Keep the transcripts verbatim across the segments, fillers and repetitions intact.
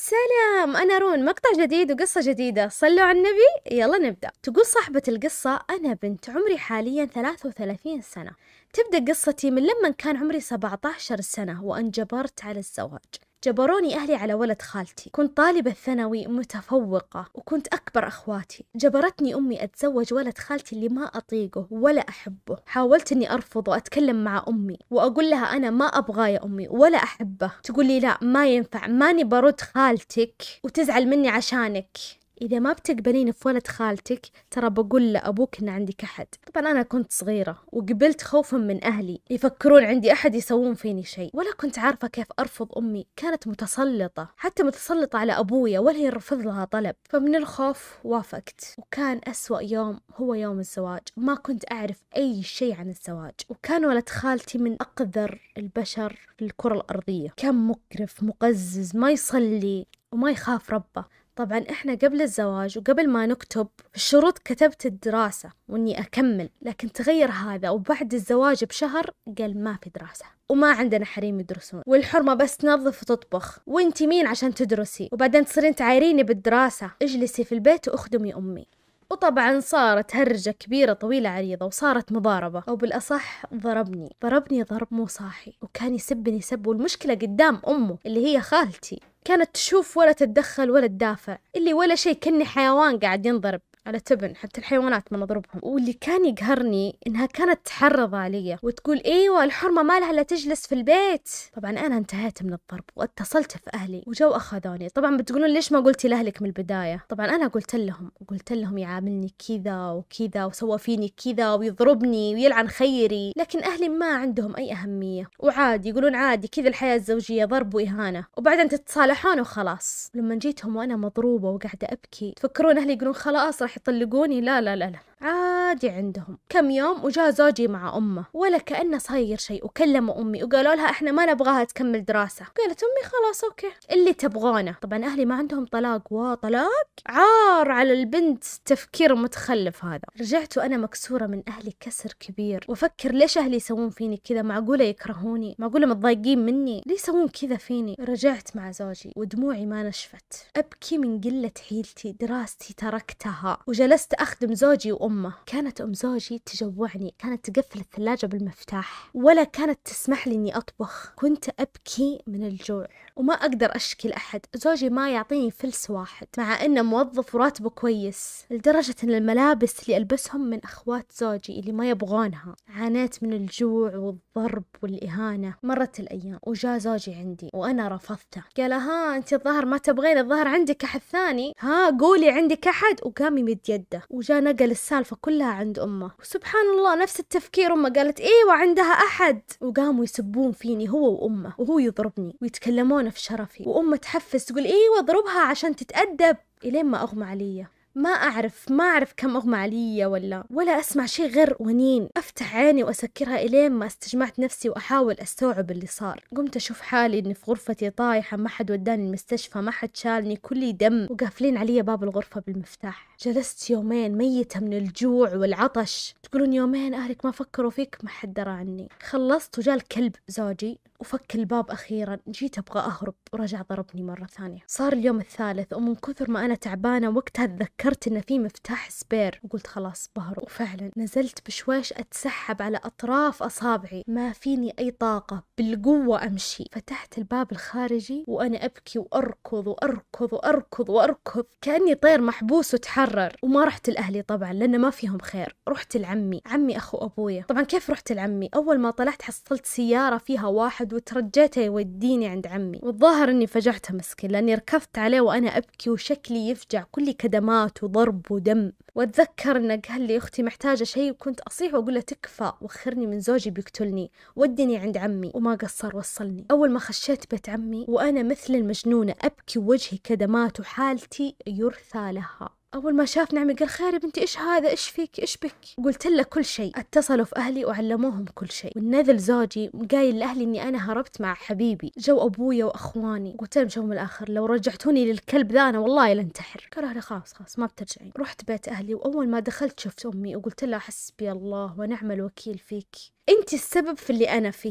سلام، أنا رون. مقطع جديد وقصة جديدة، صلوا على النبي. يلا نبدأ. تقول صاحبة القصة: أنا بنت عمري حاليا ثلاثة وثلاثين سنة. تبدأ قصتي من لما كان عمري سبعة عشر سنة وانجبرت على الزواج. جبروني أهلي على ولد خالتي. كنت طالبة ثانوي متفوقة وكنت أكبر أخواتي. جبرتني أمي أتزوج ولد خالتي اللي ما أطيقه ولا أحبه. حاولت أني أرفض وأتكلم مع أمي وأقول لها أنا ما أبغاه يا أمي ولا أحبه. تقول لي لا ما ينفع، ماني برد خالتك وتزعل مني عشانك. إذا ما بتقبلين في ولد خالتك ترى بقول لأبوك إن عندك أحد. طبعا أنا كنت صغيرة وقبلت خوفا من أهلي يفكرون عندي أحد يسوون فيني شيء، ولا كنت عارفة كيف أرفض أمي. كانت متسلطة، حتى متسلطة على أبويا ولا يرفض لها طلب. فمن الخوف وافقت. وكان أسوأ يوم هو يوم الزواج. ما كنت أعرف أي شيء عن الزواج، وكان ولد خالتي من أقذر البشر في الكرة الأرضية. كان مقرف مقزز، ما يصلي وما يخاف ربه. طبعا احنا قبل الزواج وقبل ما نكتب في الشروط كتبت الدراسة واني اكمل، لكن تغير هذا وبعد الزواج بشهر قال ما في دراسة وما عندنا حريم يدرسون، والحرمة بس تنظف وتطبخ، وانتي مين عشان تدرسي وبعدين تصيرين تعايريني بالدراسة؟ اجلسي في البيت واخدمي امي. وطبعا صارت هرجة كبيرة طويلة عريضة وصارت مضاربة، أو بالأصح ضربني ضربني ضرب مو صاحي، وكان يسبني سب، والمشكلة قدام أمه اللي هي خالتي. كانت تشوف ولا تتدخل ولا تدافع، اللي ولا شيء، كني حيوان قاعد ينضرب على تبن. حتى الحيوانات ما نضربهم. واللي كان يقهرني إنها كانت تحرض علي وتقول إيوة الحرمة ما لها إلا تجلس في البيت. طبعا أنا انتهيت من الضرب واتصلت في أهلي وجو أخذوني. طبعا بتقولون ليش ما قلتي لأهلك من البداية؟ طبعا أنا قلت لهم قلت لهم يعاملني كذا وكذا وسوى فيني كذا ويضربني ويلعن خيري، لكن أهلي ما عندهم أي أهمية، وعادي يقولون عادي كذا الحياة الزوجية، ضرب وإهانة، وبعدين تتصالحون وخلاص. لما جيتهم وأنا مضروبة وقاعدة أبكي تفكرون أهلي يقولون خلاص راح يطلقوني؟ لا لا لا لا، عادي. عندهم كم يوم وجاء زوجي مع أمه ولا كأنه صاير شيء، وكلموا أمي وقالوا لها إحنا ما نبغاها تكمل دراسة. قالت أمي خلاص أوكي اللي تبغونه. طبعا أهلي ما عندهم طلاق. وطلاق عار على البنت، تفكير متخلف هذا. رجعت وأنا مكسورة من أهلي كسر كبير، وأفكر ليش أهلي يسوون فيني كذا؟ معقولة يكرهوني؟ معقولة متضايقين مني؟ ليه يسوون كذا فيني؟ رجعت مع زوجي ودموعي ما نشفت، أبكي من قلة حيلتي. دراستي تركتها وجلست أخدم زوجي وأمه. كانت أم زوجي تجوعني، كانت تقفل الثلاجة بالمفتاح ولا كانت تسمح لي إني أطبخ. كنت أبكي من الجوع وما أقدر أشكي لأحد. زوجي ما يعطيني فلس واحد مع إنه موظف وراتبه كويس، لدرجة إن الملابس اللي ألبسهم من أخوات زوجي اللي ما يبغونها. عانيت من الجوع والضرب والإهانة. مرت الأيام وجاء زوجي عندي وأنا رفضته. قال ها أنت الظهر ما تبغين، الظهر عندك أحد ثاني، ها قولي عندك أحد. وقام يمد يده وجاء نقل السالفة كلها عند أمه. وسبحان الله نفس التفكير، أمه قالت إيوة عندها أحد. وقاموا يسبون فيني هو وأمه، وهو يضربني ويتكلمون في شرفي، وأمه تحفز تقول إيوة اضربها عشان تتأدب، إلين ما أغمى علي. ما أعرف ما أعرف كم أغمى علي ولا ولا أسمع شيء غير ونين. أفتح عيني وأسكرها إلين ما استجمعت نفسي وأحاول أستوعب اللي صار. قمت أشوف حالي إني في غرفتي طايحة، ما حد وداني المستشفى، ما حد شالني، كلي دم، وقافلين علي باب الغرفة بالمفتاح. جلست يومين ميتة من الجوع والعطش. تقولون يومين أهلك ما فكروا فيك؟ ما حد درى عني. خلصت وجاء الكلب زوجي وفك الباب أخيرا. جيت أبغى أهرب ورجع ضربني مرة ثانية. صار اليوم الثالث، ومن كثر ما أنا تعبانة وقتها تذكرت إن في مفتاح سبير وقلت خلاص بهرب. وفعلا نزلت بشويش أتسحب على أطراف أصابعي، ما فيني أي طاقة، بالقوة أمشي. فتحت الباب الخارجي وأنا أبكي وأركض وأركض وأركض وأركض كأني طير محبوس وتحرر. وما رحت لأهلي طبعا لأن ما فيهم خير. رحت لعمي، عمي أخو أبويا. طبعا كيف رحت لعمي؟ أول ما طلعت حصلت سيارة فيها واحد وترجيته يوديني عند عمي، والظاهر اني فجعته مسكين لاني ركضت عليه وانا ابكي وشكلي يفجع، كلي كدمات وضرب ودم. واتذكر انه قال لي اختي محتاجه شيء، وكنت اصيح واقول له تكفى وخرني من زوجي بيقتلني، ودني عند عمي. وما قصر وصلني. اول ما خشيت بيت عمي وانا مثل المجنونه ابكي ووجهي كدمات وحالتي يرثى لها. أول ما شاف نعمي قال خير يا بنتي إيش هذا، إيش فيك، إيش بك؟ قلت له كل شيء. اتصلوا في أهلي وعلموهم كل شيء. والنذل زوجي قايل لأهلي إني أنا هربت مع حبيبي. جو أبويا وأخواني. قلت لهم شو من الآخر لو رجعتوني للكلب ذا أنا والله لانتحر. قالوا لي خلاص خلاص ما بترجعين. رحت بيت أهلي وأول ما دخلت شفت أمي وقلت لها حسبي الله ونعم الوكيل فيك، أنت السبب في اللي أنا فيه.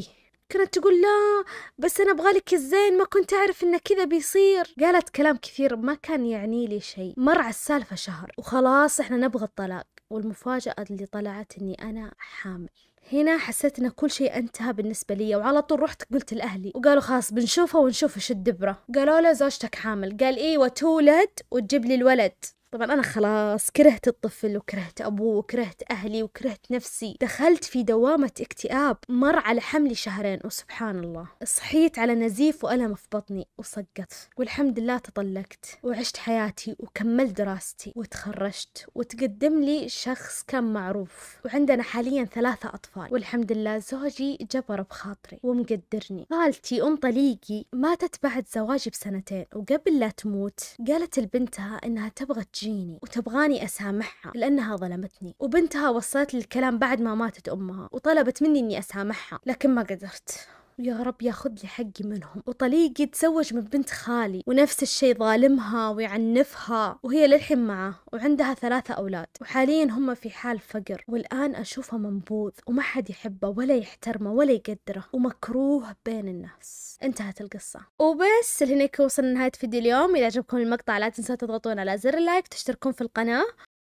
كانت تقول لا بس أنا أبغالك الزين، ما كنت أعرف إن كذا بيصير. قالت كلام كثير ما كان يعني لي شيء. مر على السالفة شهر وخلاص إحنا نبغى الطلاق، والمفاجأة اللي طلعت إني أنا حامل. هنا حسيت إن كل شيء انتهى بالنسبة لي، وعلى طول رحت قلت لأهلي وقالوا خلاص بنشوفه ونشوف إيش الدبرة. قالوا له زوجتك حامل. قال إيه وتولد وتجيب لي الولد. طبعا أنا خلاص كرهت الطفل وكرهت أبوه وكرهت أهلي وكرهت نفسي. دخلت في دوامة اكتئاب مر على حملي شهرين، وسبحان الله صحيت على نزيف وألم في بطني وسقط، والحمد لله تطلقت وعشت حياتي وكملت دراستي وتخرجت، وتقدم لي شخص كان معروف، وعندنا حاليا ثلاثة أطفال، والحمد لله زوجي جبر بخاطري ومقدرني. خالتي أم طليقي ماتت بعد زواجي بسنتين، وقبل لا تموت قالت لبنتها إنها تبغى تجيني وتبغاني أسامحها لأنها ظلمتني، وبنتها وصلت لي الكلام بعد ما ماتت أمها وطلبت مني إني أسامحها، لكن ما قدرت. ويا رب ياخذ لي حقي منهم. وطليقي تزوج من بنت خالي، ونفس الشيء ظالمها ويعنفها، وهي للحين معه وعندها ثلاثة أولاد، وحاليا هم في حال فقر، والآن أشوفه منبوذ وما حد يحبه ولا يحترمه ولا يقدره، ومكروه بين الناس. انتهت القصة. وبس لهناك وصلنا لنهاية فيديو اليوم. إذا عجبكم المقطع لا تنسوا تضغطون على زر اللايك، تشتركون في القناة،